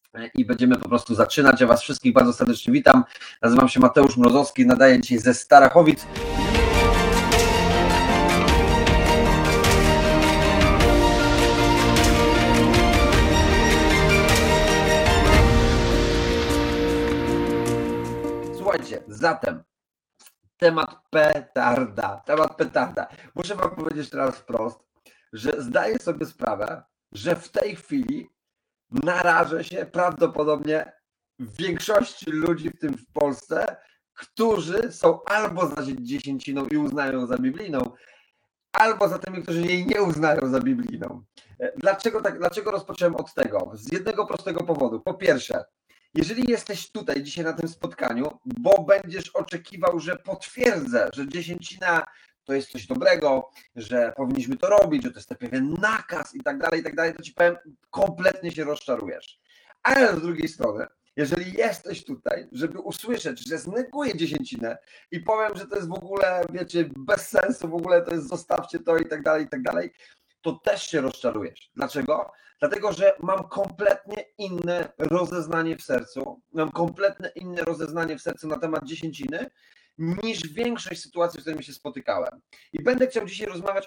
i będziemy po prostu zaczynać. Ja Was wszystkich bardzo serdecznie witam. Nazywam się Mateusz Mrozowski, nadaję dzisiaj ze Starachowic. Słuchajcie, zatem temat petarda. Muszę Wam powiedzieć teraz wprost, że zdaję sobie sprawę, że w tej chwili narażę się prawdopodobnie większości ludzi, w tym w Polsce, którzy są albo za dziesięciną i uznają ją za biblijną, albo za tymi, którzy jej nie uznają za biblijną. Dlaczego rozpocząłem od tego? Z jednego prostego powodu. Po pierwsze, jeżeli jesteś tutaj dzisiaj na tym spotkaniu, bo będziesz oczekiwał, że potwierdzę, że dziesięcina to jest coś dobrego, że powinniśmy to robić, że to jest pewien nakaz i tak dalej, to ci powiem, kompletnie się rozczarujesz. Ale z drugiej strony, jeżeli jesteś tutaj, żeby usłyszeć, że zneguję dziesięcinę i powiem, że to jest w ogóle, wiecie, bez sensu, w ogóle to jest zostawcie to i tak dalej, to też się rozczarujesz. Dlaczego? Dlatego, że mam kompletnie inne rozeznanie w sercu, na temat dziesięciny, niż większość sytuacji, z którymi się spotykałem. I będę chciał dzisiaj rozmawiać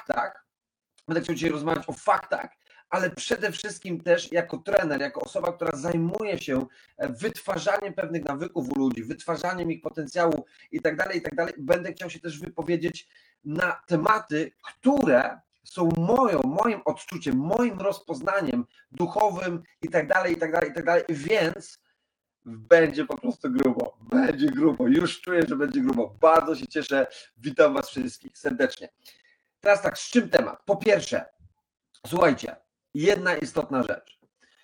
o faktach, ale przede wszystkim też jako trener, jako osoba, która zajmuje się wytwarzaniem pewnych nawyków u ludzi, wytwarzaniem ich potencjału i tak dalej, będę chciał się też wypowiedzieć na tematy, które są moim odczuciem, moim rozpoznaniem duchowym i tak dalej, więc będzie po prostu grubo, już czuję, że będzie grubo, bardzo się cieszę, witam Was wszystkich serdecznie. Teraz tak, z czym temat? Po pierwsze, słuchajcie, jedna istotna rzecz,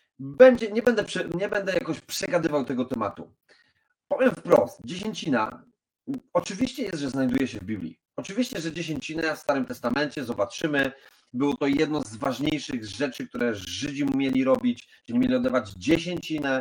nie będę jakoś przegadywał tego tematu, powiem wprost, dziesięcina oczywiście jest, że znajduje się w Biblii, oczywiście, że dziesięcinę w Starym Testamencie zobaczymy. Było to jedno z ważniejszych rzeczy, które Żydzi mieli robić, czyli mieli oddawać dziesięcinę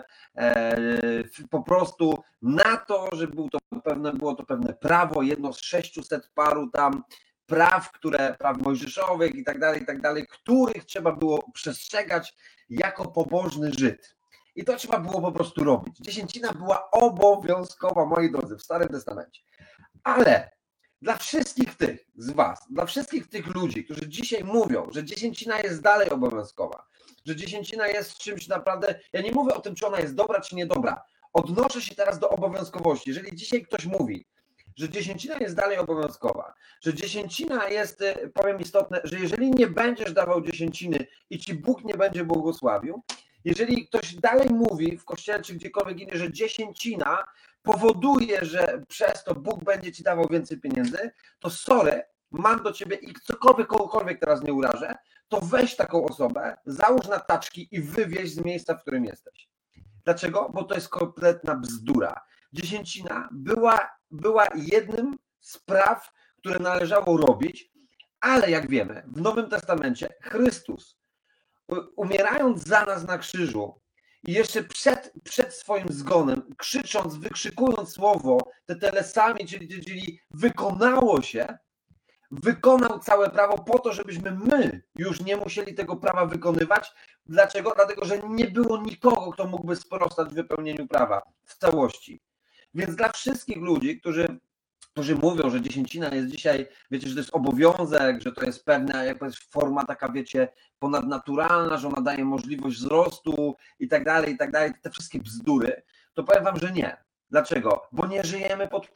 po prostu na to, że było to pewne prawo, jedno z 600 paru tam praw mojżeszowych i tak dalej, których trzeba było przestrzegać jako pobożny Żyd. I to trzeba było po prostu robić. Dziesięcina była obowiązkowa, moi drodzy, w Starym Testamencie. Ale dla wszystkich tych z Was, dla wszystkich tych ludzi, którzy dzisiaj mówią, że dziesięcina jest dalej obowiązkowa, że dziesięcina jest czymś naprawdę, ja nie mówię o tym, czy ona jest dobra, czy niedobra. Odnoszę się teraz do obowiązkowości. Jeżeli dzisiaj ktoś mówi, że dziesięcina jest dalej obowiązkowa, że dziesięcina jest, powiem istotne, że jeżeli nie będziesz dawał dziesięciny i ci Bóg nie będzie błogosławił, jeżeli ktoś dalej mówi w kościele czy gdziekolwiek indziej, że dziesięcina powoduje, że przez to Bóg będzie ci dawał więcej pieniędzy, to sorry, mam do ciebie i kogokolwiek teraz nie urażę, to weź taką osobę, załóż na taczki i wywieź z miejsca, w którym jesteś. Dlaczego? Bo to jest kompletna bzdura. Dziesięcina była jednym z praw, które należało robić, ale jak wiemy, w Nowym Testamencie Chrystus, umierając za nas na krzyżu i jeszcze przed swoim zgonem, wykrzykując słowo, te telesami, czyli wykonało się, wykonał całe prawo po to, żebyśmy my już nie musieli tego prawa wykonywać. Dlaczego? Dlatego, że nie było nikogo, kto mógłby sprostać wypełnieniu prawa w całości. Więc dla wszystkich ludzi, którzy mówią, że dziesięcina jest dzisiaj, wiecie, że to jest obowiązek, że to jest pewna jakaś forma taka, wiecie, ponadnaturalna, że ona daje możliwość wzrostu i tak dalej, te wszystkie bzdury, to powiem Wam, że nie. Dlaczego? Bo nie żyjemy pod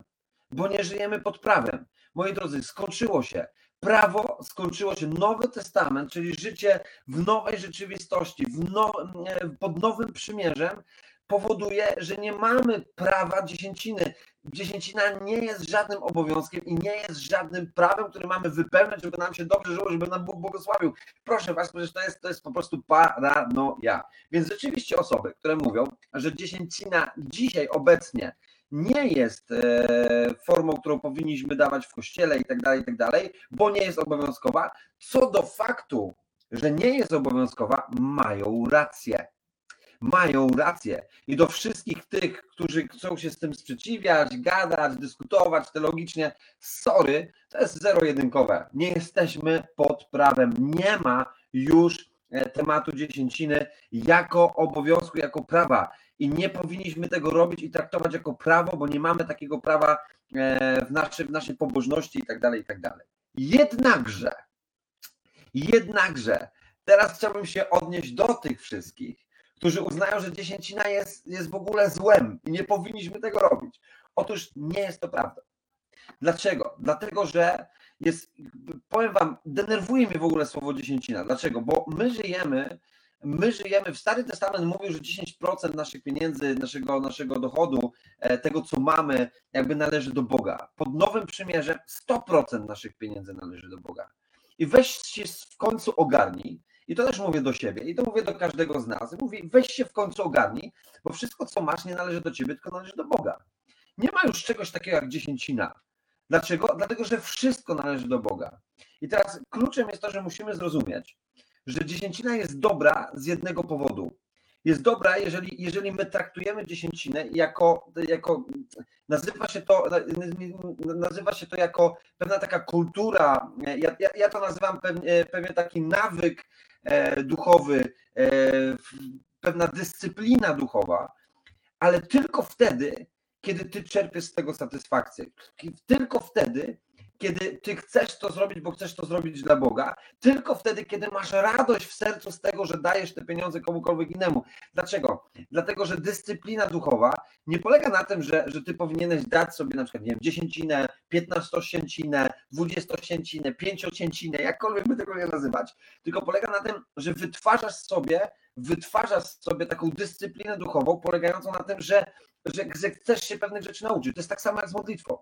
prawem. Moi drodzy, skończyło się. Prawo skończyło się. Nowy Testament, czyli życie w nowej rzeczywistości, pod nowym przymierzem, powoduje, że nie mamy prawa dziesięciny. Dziesięcina nie jest żadnym obowiązkiem i nie jest żadnym prawem, które mamy wypełniać, żeby nam się dobrze żyło, żeby nam Bóg błogosławił. Proszę Was, to jest po prostu paranoja. Więc rzeczywiście osoby, które mówią, że dziesięcina dzisiaj obecnie nie jest formą, którą powinniśmy dawać w kościele i tak dalej, bo nie jest obowiązkowa, co do faktu, że nie jest obowiązkowa, mają rację. I do wszystkich tych, którzy chcą się z tym sprzeciwiać, gadać, dyskutować teologicznie, sorry, to jest zero-jedynkowe. Nie jesteśmy pod prawem. Nie ma już tematu dziesięciny jako obowiązku, jako prawa. I nie powinniśmy tego robić i traktować jako prawo, bo nie mamy takiego prawa w naszej pobożności i tak dalej, i tak dalej. Jednakże, teraz chciałbym się odnieść do tych wszystkich, którzy uznają, że dziesięcina jest w ogóle złem i nie powinniśmy tego robić. Otóż nie jest to prawda. Dlaczego? Dlatego, że powiem wam, denerwuje mnie w ogóle słowo dziesięcina. Dlaczego? Bo my żyjemy, w Stary Testament mówił, że 10% naszych pieniędzy, naszego dochodu, tego co mamy, jakby należy do Boga. Pod Nowym Przymierzem 100% naszych pieniędzy należy do Boga. I weź się w końcu ogarnij, i to też mówię do siebie, i to mówię do każdego z nas, mówię, weź się w końcu ogarnij, bo wszystko co masz nie należy do ciebie, tylko należy do Boga. Nie ma już czegoś takiego jak dziesięcina. Dlaczego? Dlatego, że wszystko należy do Boga. I teraz kluczem jest to, że musimy zrozumieć, że dziesięcina jest dobra z jednego powodu. Jest dobra, jeżeli my traktujemy dziesięcinę jako nazywa się to jako pewna taka kultura, ja to nazywam pewien taki nawyk duchowy, pewna dyscyplina duchowa, ale tylko wtedy, kiedy ty czerpiesz z tego satysfakcję. Tylko wtedy, kiedy ty chcesz to zrobić, bo chcesz to zrobić dla Boga, tylko wtedy, kiedy masz radość w sercu z tego, że dajesz te pieniądze komukolwiek innemu. Dlaczego? Dlatego, że dyscyplina duchowa nie polega na tym, że ty powinieneś dać sobie na przykład, nie wiem, dziesięcinę, 15-cięcinę, 20-cięcinę, 5-cięcinę, jakkolwiek by tego nie nazywać, tylko polega na tym, że wytwarzasz sobie taką dyscyplinę duchową polegającą na tym, że chcesz się pewnych rzeczy nauczyć. To jest tak samo jak z modlitwą.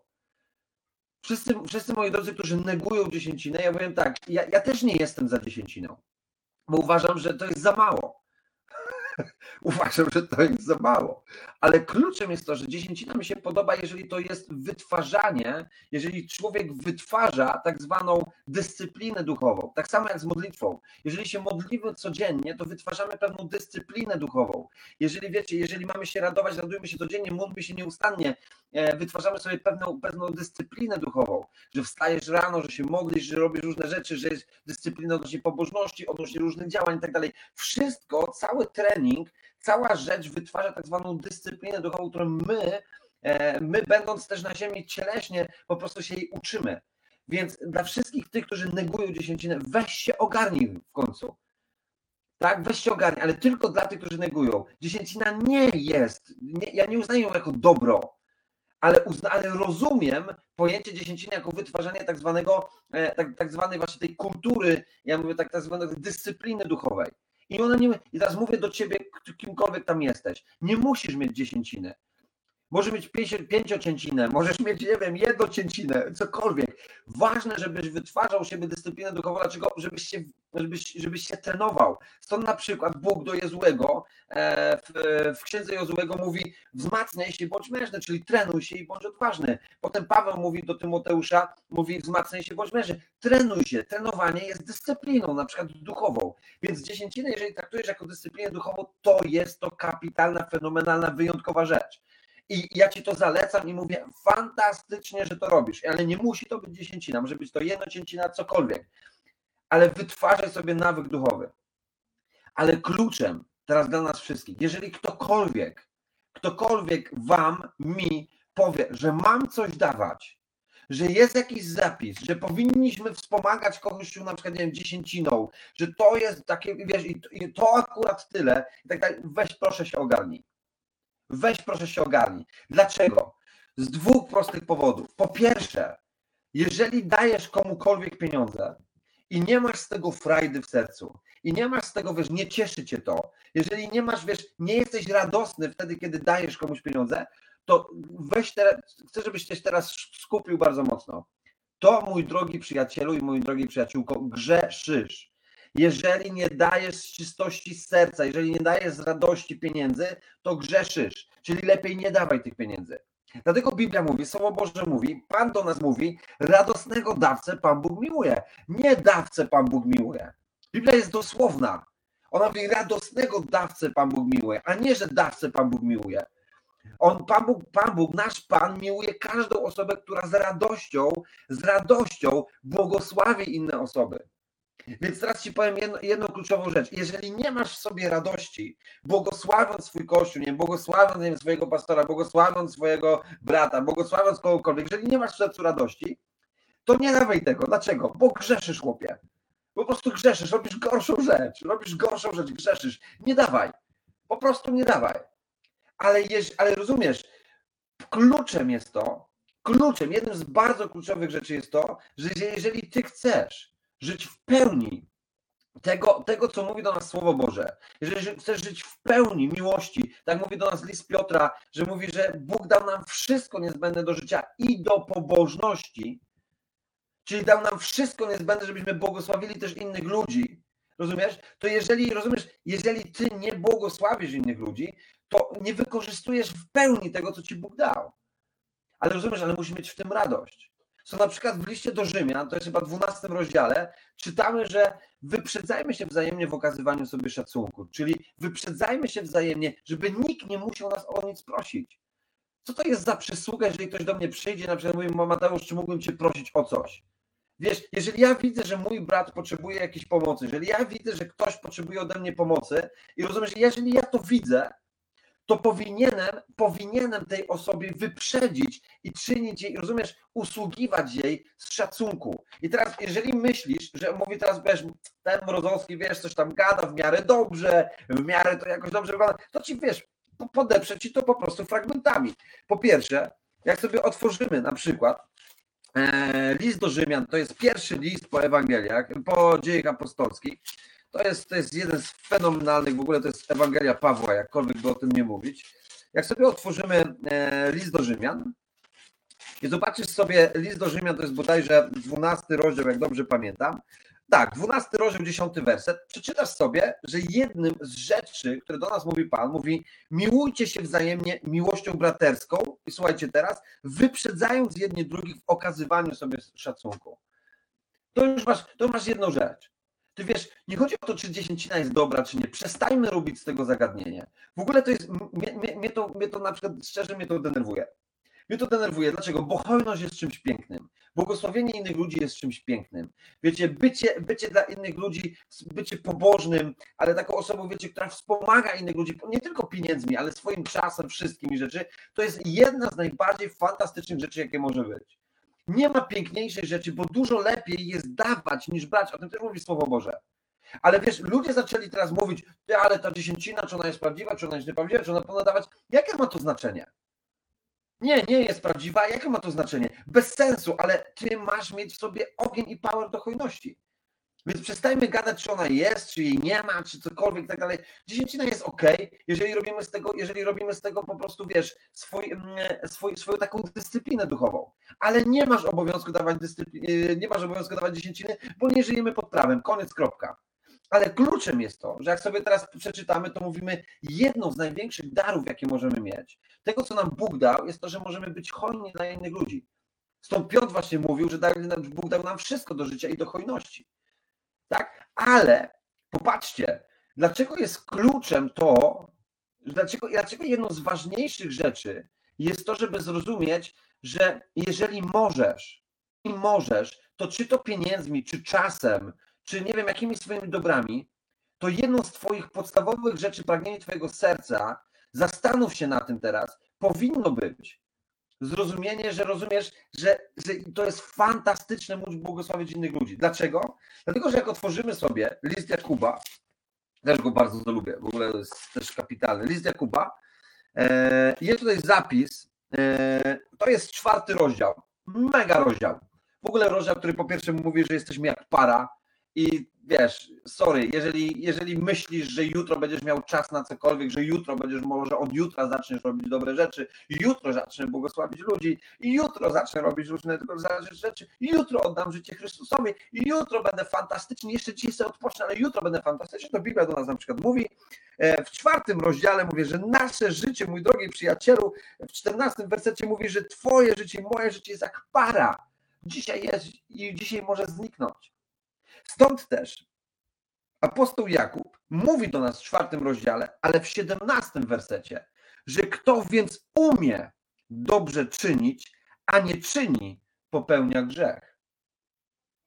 Wszyscy moi drodzy, którzy negują dziesięcinę, ja powiem tak, ja też nie jestem za dziesięciną, bo uważam, że to jest za mało. Uważam, że to jest za mało. Ale kluczem jest to, że dziesięcina mi się podoba, jeżeli to jest wytwarzanie, jeżeli człowiek wytwarza tak zwaną dyscyplinę duchową. Tak samo jak z modlitwą. Jeżeli się modlimy codziennie, to wytwarzamy pewną dyscyplinę duchową. Jeżeli mamy się radować, radujmy się codziennie, módlmy się nieustannie, wytwarzamy sobie pewną dyscyplinę duchową, że wstajesz rano, że się modlisz, że robisz różne rzeczy, że jest dyscyplina odnośnie pobożności, odnośnie różnych działań i tak dalej. Wszystko, cały trening, cała rzecz wytwarza tak zwaną dyscyplinę duchową, którą my będąc też na ziemi cieleśnie, po prostu się jej uczymy. Więc dla wszystkich tych, którzy negują dziesięcinę, weź się ogarnij w końcu. Tak, weź się ogarnij, ale tylko dla tych, którzy negują. Dziesięcina ja nie uznaję ją jako dobro, ale rozumiem pojęcie dziesięciny jako wytwarzanie tak zwanej właśnie tej kultury, ja mówię tak zwanej dyscypliny duchowej. I teraz mówię do ciebie, kimkolwiek tam jesteś, nie musisz mieć dziesięciny. Możesz mieć 5-cięcinę, możesz mieć, nie wiem, 1-cięcinę, cokolwiek. Ważne, żebyś wytwarzał siebie dyscyplinę duchową, dlaczego? Żebyś się trenował. Stąd na przykład Bóg do Jozuego w księdze Jozuego mówi: wzmacniaj się, bądź mężny, czyli trenuj się i bądź odważny. Potem Paweł mówi do Tymoteusza, mówi: wzmacniaj się, bądź mężny. Trenuj się. Trenowanie jest dyscypliną, na przykład duchową. Więc dziesięcinę, jeżeli traktujesz jako dyscyplinę duchową, to jest to kapitalna, fenomenalna, wyjątkowa rzecz. I ja ci to zalecam i mówię, fantastycznie, że to robisz, ale nie musi to być dziesięcina, może być to 1-cięcina, cokolwiek, ale wytwarzaj sobie nawyk duchowy. Ale kluczem teraz dla nas wszystkich, jeżeli ktokolwiek mi powie, że mam coś dawać, że jest jakiś zapis, że powinniśmy wspomagać kogoś na przykład, nie wiem, dziesięciną, że to jest takie, wiesz, i to akurat tyle, i tak dalej, weź proszę się ogarnij. Weź proszę się ogarnij. Dlaczego? Z 2 prostych powodów. Po pierwsze, jeżeli dajesz komukolwiek pieniądze i nie masz z tego frajdy w sercu i nie masz z tego, wiesz, nie cieszy cię to, jeżeli nie masz, wiesz, nie jesteś radosny wtedy, kiedy dajesz komuś pieniądze, to chcę, żebyś się teraz skupił bardzo mocno. To, mój drogi przyjacielu i mój drogi przyjaciółko, grzeszysz. Jeżeli nie dajesz z czystości serca, jeżeli nie dajesz z radości pieniędzy, to grzeszysz. Czyli lepiej nie dawaj tych pieniędzy. Dlatego Biblia mówi, Słowo Boże mówi, Pan do nas mówi, radosnego dawcę Pan Bóg miłuje. Nie dawcę Pan Bóg miłuje. Biblia jest dosłowna. Ona mówi, radosnego dawcę Pan Bóg miłuje, a nie, że dawcę Pan Bóg miłuje. Pan Bóg, nasz Pan miłuje każdą osobę, która z radością błogosławi inne osoby. Więc teraz ci powiem jedną kluczową rzecz. Jeżeli nie masz w sobie radości, błogosławiąc swój kościół, nie wiem, błogosławiąc nie wiem, swojego pastora, błogosławiąc swojego brata, błogosławiąc kogokolwiek, jeżeli nie masz w sercu radości, to nie dawaj tego. Dlaczego? Bo grzeszysz, chłopie. Po prostu grzeszysz, robisz gorszą rzecz, grzeszysz. Nie dawaj. Po prostu nie dawaj. Ale rozumiesz, jednym z bardzo kluczowych rzeczy jest to, że jeżeli ty chcesz żyć w pełni tego, co mówi do nas Słowo Boże, jeżeli chcesz żyć w pełni miłości, tak mówi do nas list Piotra, że mówi, że Bóg dał nam wszystko niezbędne do życia i do pobożności, czyli dał nam wszystko niezbędne, żebyśmy błogosławili też innych ludzi, rozumiesz? To jeżeli ty nie błogosławisz innych ludzi, to nie wykorzystujesz w pełni tego, co ci Bóg dał. Ale rozumiesz, ale musimy mieć w tym radość. Co na przykład w liście do Rzymian, to jest chyba 12 rozdziale, czytamy, że wyprzedzajmy się wzajemnie w okazywaniu sobie szacunku. Czyli wyprzedzajmy się wzajemnie, żeby nikt nie musiał nas o nic prosić. Co to jest za przysługa, jeżeli ktoś do mnie przyjdzie, na przykład mówi, Mateusz, czy mógłbym cię prosić o coś? Wiesz, jeżeli ja widzę, że mój brat potrzebuje jakiejś pomocy, jeżeli ja widzę, że ktoś potrzebuje ode mnie pomocy i rozumiesz, jeżeli ja to widzę, to powinienem tej osobie wyprzedzić i czynić jej, rozumiesz, usługiwać jej z szacunku. I teraz, jeżeli myślisz, że mówi teraz, wiesz, ten Mrozowski, wiesz, coś tam gada w miarę dobrze, w miarę to jakoś dobrze wygląda, to ci, wiesz, podeprze ci to po prostu fragmentami. Po pierwsze, jak sobie otworzymy na przykład list do Rzymian, to jest pierwszy list po Ewangeliach, po dziejach apostolskich, to jest jeden z fenomenalnych, w ogóle to jest Ewangelia Pawła, jakkolwiek by o tym nie mówić. Jak sobie otworzymy list do Rzymian i zobaczysz sobie, list do Rzymian to jest bodajże 12 rozdział, jak dobrze pamiętam. Tak, 12 rozdział, 10 werset. Przeczytasz sobie, że jednym z rzeczy, które do nas mówi Pan, mówi miłujcie się wzajemnie miłością braterską i słuchajcie teraz, wyprzedzając jedni drugich w okazywaniu sobie szacunku. To masz jedną rzecz. Ty wiesz, nie chodzi o to, czy dziesięcina jest dobra, czy nie. Przestańmy robić z tego zagadnienie. W ogóle to jest, mnie to na przykład, szczerze mnie to denerwuje. Mnie to denerwuje. Dlaczego? Bo hojność jest czymś pięknym. Błogosławienie innych ludzi jest czymś pięknym. Wiecie, bycie dla innych ludzi, bycie pobożnym, ale taką osobą, wiecie, która wspomaga innych ludzi, nie tylko pieniędzmi, ale swoim czasem, wszystkimi rzeczy, to jest jedna z najbardziej fantastycznych rzeczy, jakie może być. Nie ma piękniejszej rzeczy, bo dużo lepiej jest dawać niż brać. O tym też mówi Słowo Boże. Ale wiesz, ludzie zaczęli teraz mówić, ale ta dziesięcina, czy ona jest prawdziwa, czy ona jest nieprawdziwa, czy ona powinna dawać. Jakie ma to znaczenie? Nie jest prawdziwa. Jakie ma to znaczenie? Bez sensu, ale ty masz mieć w sobie ogień i power do hojności. Więc przestajmy gadać, czy ona jest, czy jej nie ma, czy cokolwiek i tak dalej. Dziesięcina jest ok, jeżeli robimy z tego po prostu, wiesz, swoją taką dyscyplinę duchową. Ale nie masz obowiązku dawać dziesięciny, bo nie żyjemy pod prawem. Koniec, kropka. Ale kluczem jest to, że jak sobie teraz przeczytamy, to mówimy, jedną z największych darów, jakie możemy mieć, tego, co nam Bóg dał, jest to, że możemy być hojni dla innych ludzi. Stąd Piotr właśnie mówił, że Bóg dał nam wszystko do życia i do hojności. Tak? Ale popatrzcie, dlaczego jest kluczem to, dlaczego jedną z ważniejszych rzeczy jest to, żeby zrozumieć, że jeżeli możesz, to czy to pieniędzmi, czy czasem, czy nie wiem, jakimi swoimi dobrami, to jedną z twoich podstawowych rzeczy, pragnienie twojego serca, zastanów się na tym teraz, powinno być zrozumienie, że rozumiesz, że to jest fantastyczne móc błogosławić innych ludzi. Dlaczego? Dlatego, że jak otworzymy sobie list Jakuba, też go bardzo lubię, w ogóle jest też kapitalny, list Jakuba, jest tutaj zapis, to jest 4 rozdział, mega rozdział. W ogóle rozdział, który po pierwsze mówi, że jesteśmy jak para i wiesz, sorry, jeżeli myślisz, że jutro będziesz miał czas na cokolwiek, że jutro będziesz, może od jutra zaczniesz robić dobre rzeczy, jutro zacznę błogosławić ludzi, i jutro zacznę robić różne rzeczy, i jutro oddam życie Chrystusowi, i jutro będę fantastyczny, jeszcze dzisiaj sobie odpocznę, ale jutro będę fantastyczny, to Biblia do nas na przykład mówi, w 4 rozdziale mówi, że nasze życie, mój drogi przyjacielu, w 14 wersecie mówi, że twoje życie i moje życie jest jak para. Dzisiaj jest i dzisiaj może zniknąć. Stąd też apostoł Jakub mówi do nas w 4 rozdziale, ale w 17 wersecie, że kto więc umie dobrze czynić, a nie czyni, popełnia grzech.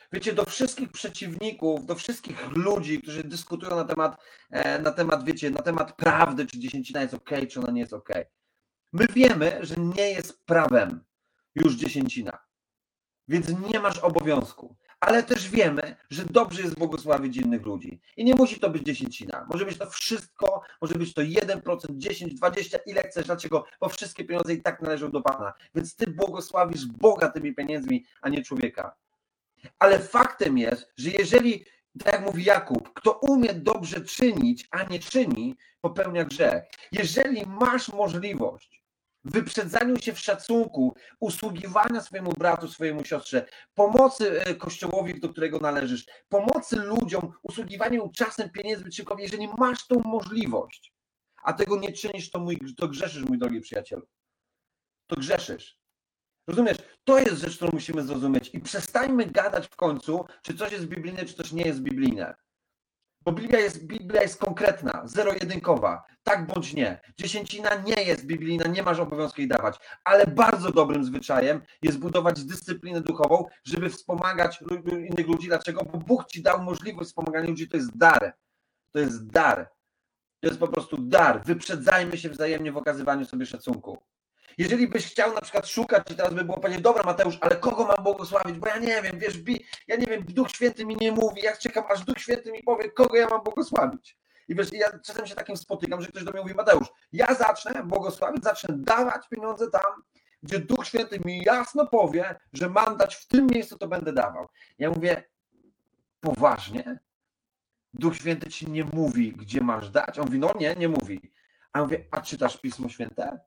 wiecie, do wszystkich przeciwników, do wszystkich ludzi, którzy dyskutują wiecie, na temat prawdy, czy dziesięcina jest ok, czy ona nie jest ok. My wiemy, że nie jest prawem już dziesięcina, więc nie masz obowiązku. Ale też wiemy, że dobrze jest błogosławić innych ludzi. I nie musi to być dziesięcina. Może być to wszystko, może być to 1%, 10, 20, ile chcesz. Dlaczego? Bo wszystkie pieniądze i tak należą do Pana. Więc ty błogosławisz Boga tymi pieniędzmi, a nie człowieka. Ale faktem jest, że jeżeli, tak jak mówi Jakub, kto umie dobrze czynić, a nie czyni, popełnia grzech. Jeżeli masz możliwość wyprzedzaniu się w szacunku, usługiwania swojemu bratu, swojemu siostrze, pomocy kościołowi, do którego należysz, pomocy ludziom, usługiwaniu czasem, pieniędzmi, czykolwiek, jeżeli masz tą możliwość, a tego nie czynisz, to grzeszysz, mój drogi przyjacielu. To grzeszysz. Rozumiesz? To jest rzecz, którą musimy zrozumieć i przestańmy gadać w końcu, czy coś jest biblijne, czy coś nie jest biblijne. Bo Biblia jest konkretna, zero-jedynkowa, tak bądź nie. Dziesięcina nie jest biblijna, nie masz obowiązku jej dawać, ale bardzo dobrym zwyczajem jest budować dyscyplinę duchową, żeby wspomagać innych ludzi. Dlaczego? Bo Bóg ci dał możliwość wspomagania ludzi, to jest dar. To jest dar. To jest po prostu dar. Wyprzedzajmy się wzajemnie w okazywaniu sobie szacunku. Jeżeli byś chciał na przykład szukać i teraz by było powiedzieć, dobra Mateusz, ale kogo mam błogosławić, bo ja nie wiem, wiesz, ja nie wiem, Duch Święty mi nie mówi, ja czekam, aż Duch Święty mi powie, kogo ja mam błogosławić. I wiesz, ja czasem się takim spotykam, że ktoś do mnie mówi, Mateusz, ja zacznę błogosławić, zacznę dawać pieniądze tam, gdzie Duch Święty mi jasno powie, że mam dać w tym miejscu, to będę dawał. Ja mówię, poważnie? Duch Święty ci nie mówi, gdzie masz dać? On mówi, no nie mówi. A ja mówię, a czytasz Pismo Święte?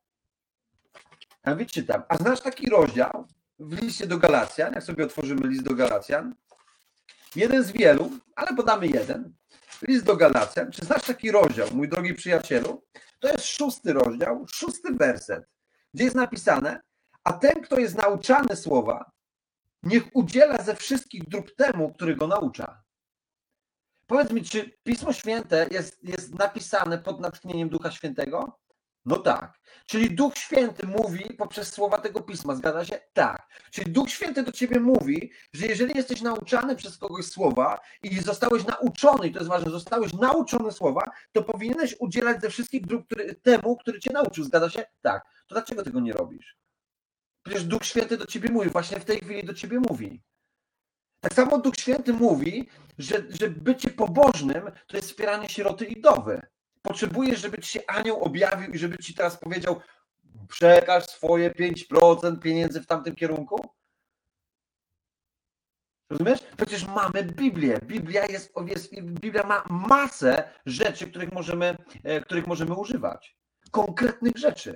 A mówię, czytam. A znasz taki rozdział w liście do Galacjan, jak sobie otworzymy list do Galacjan? Jeden z wielu, ale podamy jeden. List do Galacjan. Czy znasz taki rozdział, mój drogi przyjacielu? To jest 6 rozdział, 6 werset, gdzie jest napisane, a ten, kto jest nauczany słowa, niech udziela ze wszystkich dróg temu, który go naucza. Powiedz mi, czy Pismo Święte jest napisane pod natchnieniem Ducha Świętego? No tak. Czyli Duch Święty mówi poprzez słowa tego Pisma, zgadza się? Tak. Czyli Duch Święty do ciebie mówi, że jeżeli jesteś nauczany przez kogoś słowa i zostałeś nauczony, i to jest ważne, zostałeś nauczony słowa, to powinieneś udzielać ze wszystkich dróg temu, który cię nauczył, zgadza się? Tak. To dlaczego tego nie robisz? Przecież Duch Święty do ciebie mówi, właśnie w tej chwili do ciebie mówi. Tak samo Duch Święty mówi, że bycie pobożnym to jest wspieranie sieroty i wdowy. Potrzebujesz, żeby ci się anioł objawił i żeby ci teraz powiedział, przekaż swoje 5% pieniędzy w tamtym kierunku? Rozumiesz? Przecież mamy Biblię. Biblia ma masę rzeczy, których możemy używać. Konkretnych rzeczy.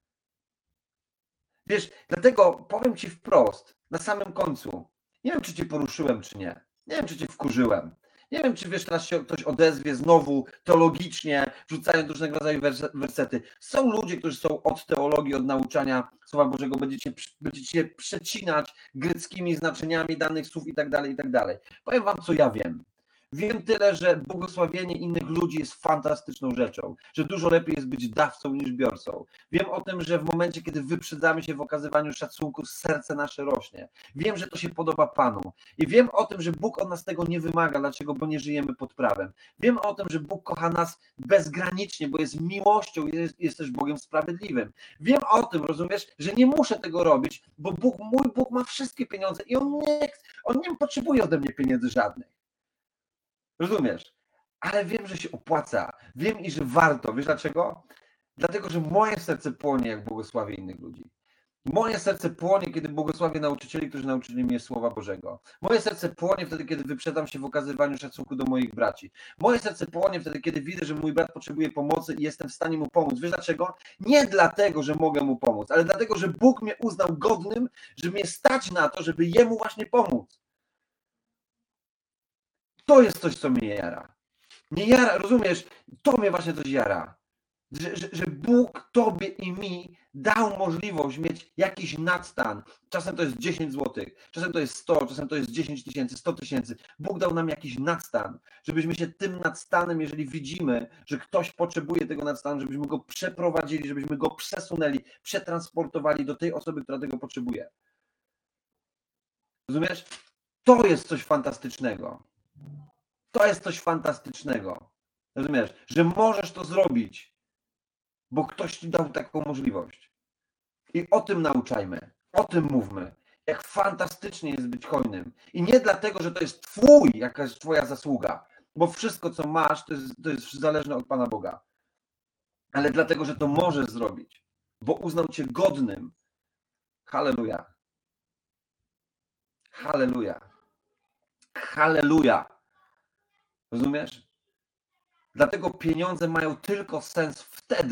Wiesz, dlatego powiem ci wprost, na samym końcu, nie wiem, czy cię poruszyłem, czy nie. Nie wiem, czy cię wkurzyłem. Nie wiem, czy wiesz, teraz się ktoś odezwie znowu teologicznie, wrzucając różnego rodzaju wersety. Są ludzie, którzy są od teologii, od nauczania Słowa Bożego, będziecie przecinać greckimi znaczeniami danych słów i tak dalej, i tak dalej. Powiem wam, co ja wiem. Wiem tyle, że błogosławienie innych ludzi jest fantastyczną rzeczą, że dużo lepiej jest być dawcą niż biorcą. Wiem o tym, że w momencie, kiedy wyprzedzamy się w okazywaniu szacunku, serce nasze rośnie. Wiem, że to się podoba Panu. I wiem o tym, że Bóg od nas tego nie wymaga. Dlaczego? Bo nie żyjemy pod prawem. Wiem o tym, że Bóg kocha nas bezgranicznie, bo jest miłością i jest też Bogiem sprawiedliwym. Wiem o tym, rozumiesz, że nie muszę tego robić, bo mój Bóg ma wszystkie pieniądze i On nie potrzebuje ode mnie pieniędzy żadnych. Rozumiesz? Ale wiem, że się opłaca. Wiem i że warto. Wiesz dlaczego? Dlatego, że moje serce płonie, jak błogosławię innych ludzi. Moje serce płonie, kiedy błogosławię nauczycieli, którzy nauczyli mnie Słowa Bożego. Moje serce płonie wtedy, kiedy wyprzedzam się w okazywaniu szacunku do moich braci. Moje serce płonie wtedy, kiedy widzę, że mój brat potrzebuje pomocy i jestem w stanie mu pomóc. Wiesz dlaczego? Nie dlatego, że mogę mu pomóc, ale dlatego, że Bóg mnie uznał godnym, że mnie stać na to, żeby jemu właśnie pomóc. To jest coś, co mnie jara. Nie jara, rozumiesz? To mnie właśnie coś jara. Że Bóg tobie i mi dał możliwość mieć jakiś nadstan. Czasem to jest 10 zł, czasem to jest 100, czasem to jest 10 tysięcy, 100 tysięcy. Bóg dał nam jakiś nadstan, żebyśmy się tym nadstanem, jeżeli widzimy, że ktoś potrzebuje tego nadstanu, żebyśmy go przeprowadzili, żebyśmy go przesunęli, przetransportowali do tej osoby, która tego potrzebuje. Rozumiesz? To jest coś fantastycznego. To jest coś fantastycznego. Rozumiesz, że możesz to zrobić, bo ktoś ci dał taką możliwość. I o tym nauczajmy, o tym mówmy. Jak fantastycznie jest być hojnym. I nie dlatego, że to jest jakaś twoja zasługa, bo wszystko, co masz, to jest zależne od Pana Boga. Ale dlatego, że to możesz zrobić, bo uznał cię godnym. Halleluja. Halleluja. Halleluja. Rozumiesz? Dlatego pieniądze mają tylko sens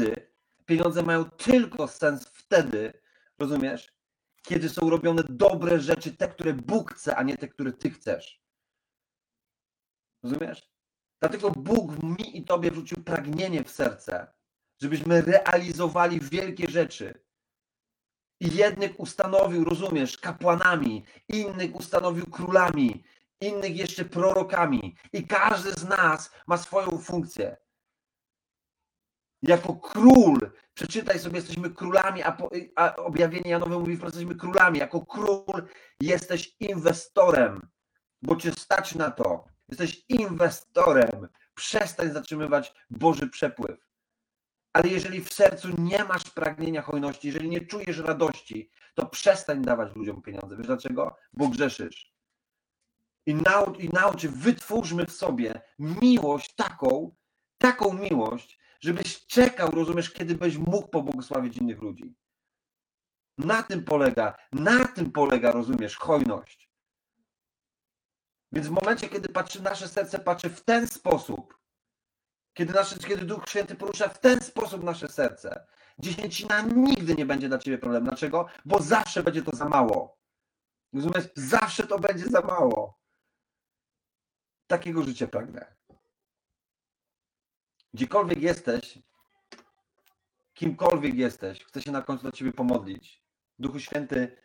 wtedy, rozumiesz, kiedy są robione dobre rzeczy, te, które Bóg chce, a nie te, które ty chcesz. Rozumiesz? Dlatego Bóg mi i tobie wrzucił pragnienie w serce, żebyśmy realizowali wielkie rzeczy. I jednych ustanowił, rozumiesz, kapłanami, innych ustanowił królami, innych jeszcze prorokami. I każdy z nas ma swoją funkcję. Jako król, przeczytaj sobie, jesteśmy królami, a objawienie Janowe mówi, że jesteśmy królami. Jako król jesteś inwestorem, bo cię stać na to. Jesteś inwestorem. Przestań zatrzymywać Boży przepływ. Ale jeżeli w sercu nie masz pragnienia hojności, jeżeli nie czujesz radości, to przestań dawać ludziom pieniądze. Wiesz dlaczego? Bo grzeszysz. Wytwórzmy w sobie miłość taką miłość, żebyś czekał, rozumiesz, kiedy byś mógł pobłogosławić innych ludzi. Na tym polega, rozumiesz, hojność. Więc w momencie, kiedy nasze serce patrzy w ten sposób, kiedy Duch Święty porusza w ten sposób nasze serce, dziesięcina nigdy nie będzie dla ciebie problemem. Dlaczego? Bo zawsze będzie to za mało. Rozumiesz? Zawsze to będzie za mało. Takiego życia pragnę. Gdziekolwiek jesteś, kimkolwiek jesteś, chcę się na końcu do ciebie pomodlić. Duchu Święty,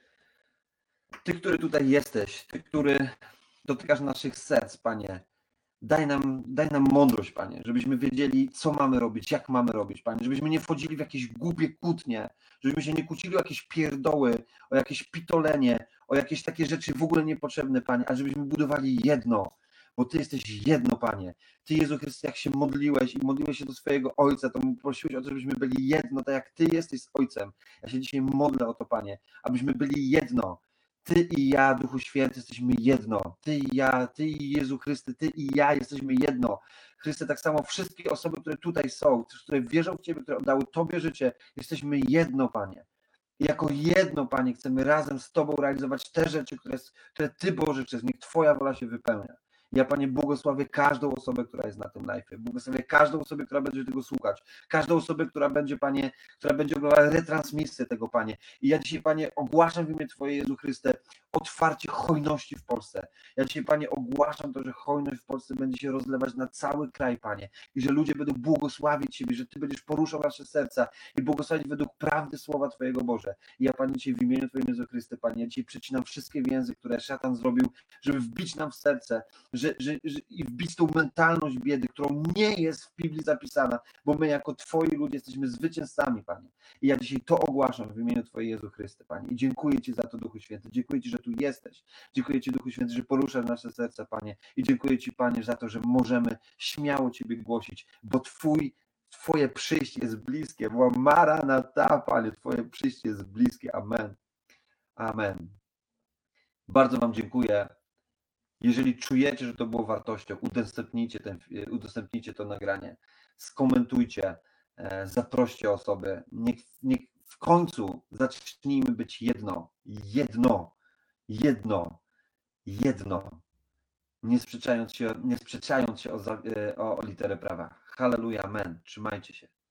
ty, który tutaj jesteś, ty, który dotykasz naszych serc, Panie, daj nam mądrość, Panie, żebyśmy wiedzieli, co mamy robić, jak mamy robić, Panie, żebyśmy nie wchodzili w jakieś głupie kłótnie, żebyśmy się nie kłócili o jakieś pierdoły, o jakieś pitolenie, o jakieś takie rzeczy w ogóle niepotrzebne, Panie, a żebyśmy budowali jedno, bo Ty jesteś jedno, Panie. Ty, Jezu Chryste, jak się modliłeś i modliłeś się do swojego Ojca, to prosiłeś o to, żebyśmy byli jedno, tak jak Ty jesteś z Ojcem. Ja się dzisiaj modlę o to, Panie, abyśmy byli jedno. Ty i ja, Duchu Święty, jesteśmy jedno. Ty i ja, Ty i Jezu Chryste, Ty i ja jesteśmy jedno. Chryste, tak samo wszystkie osoby, które tutaj są, które wierzą w Ciebie, które oddały Tobie życie, jesteśmy jedno, Panie. I jako jedno, Panie, chcemy razem z Tobą realizować te rzeczy, które Ty, Boże, przez niech Twoja wola się wypełnia. Ja, Panie, błogosławię każdą osobę, która jest na tym live'ie. Błogosławię każdą osobę, która będzie tego słuchać. Każdą osobę, która będzie, Panie, która będzie oglądała retransmisję tego, Panie. I ja dzisiaj, Panie, ogłaszam w imię Twoje, Jezu Chryste, otwarcie hojności w Polsce. Ja dzisiaj, Panie, ogłaszam to, że hojność w Polsce będzie się rozlewać na cały kraj, Panie. I że ludzie będą błogosławić Ciebie, że Ty będziesz poruszał nasze serca i błogosławić według prawdy słowa Twojego, Boże. I ja, Panie, dzisiaj w imieniu Twoim, Jezu Chryste, Panie, ja dzisiaj przecinam wszystkie więzy, które szatan zrobił, żeby wbić nam w serce, i wbić tą mentalność biedy, którą nie jest w Biblii zapisana, bo my jako Twoi ludzie jesteśmy zwycięzcami, Panie. I ja dzisiaj to ogłaszam w imieniu Twojego Jezu Chryste, Panie. I dziękuję Ci za to, Duchu Święty. Dziękuję Ci, że tu jesteś. Dziękuję Ci, Duchu Święty, że poruszasz nasze serca, Panie. I dziękuję Ci, Panie, za to, że możemy śmiało Ciebie głosić, bo Twoje przyjście jest bliskie. Maranatha, Panie, Twoje przyjście jest bliskie. Amen. Amen. Bardzo Wam dziękuję. Jeżeli czujecie, że to było wartością, udostępnijcie to nagranie, skomentujcie, zaproście osoby. Niech w końcu zacznijmy być jedno, nie sprzeczając się o literę prawa. Halleluja, amen. Trzymajcie się.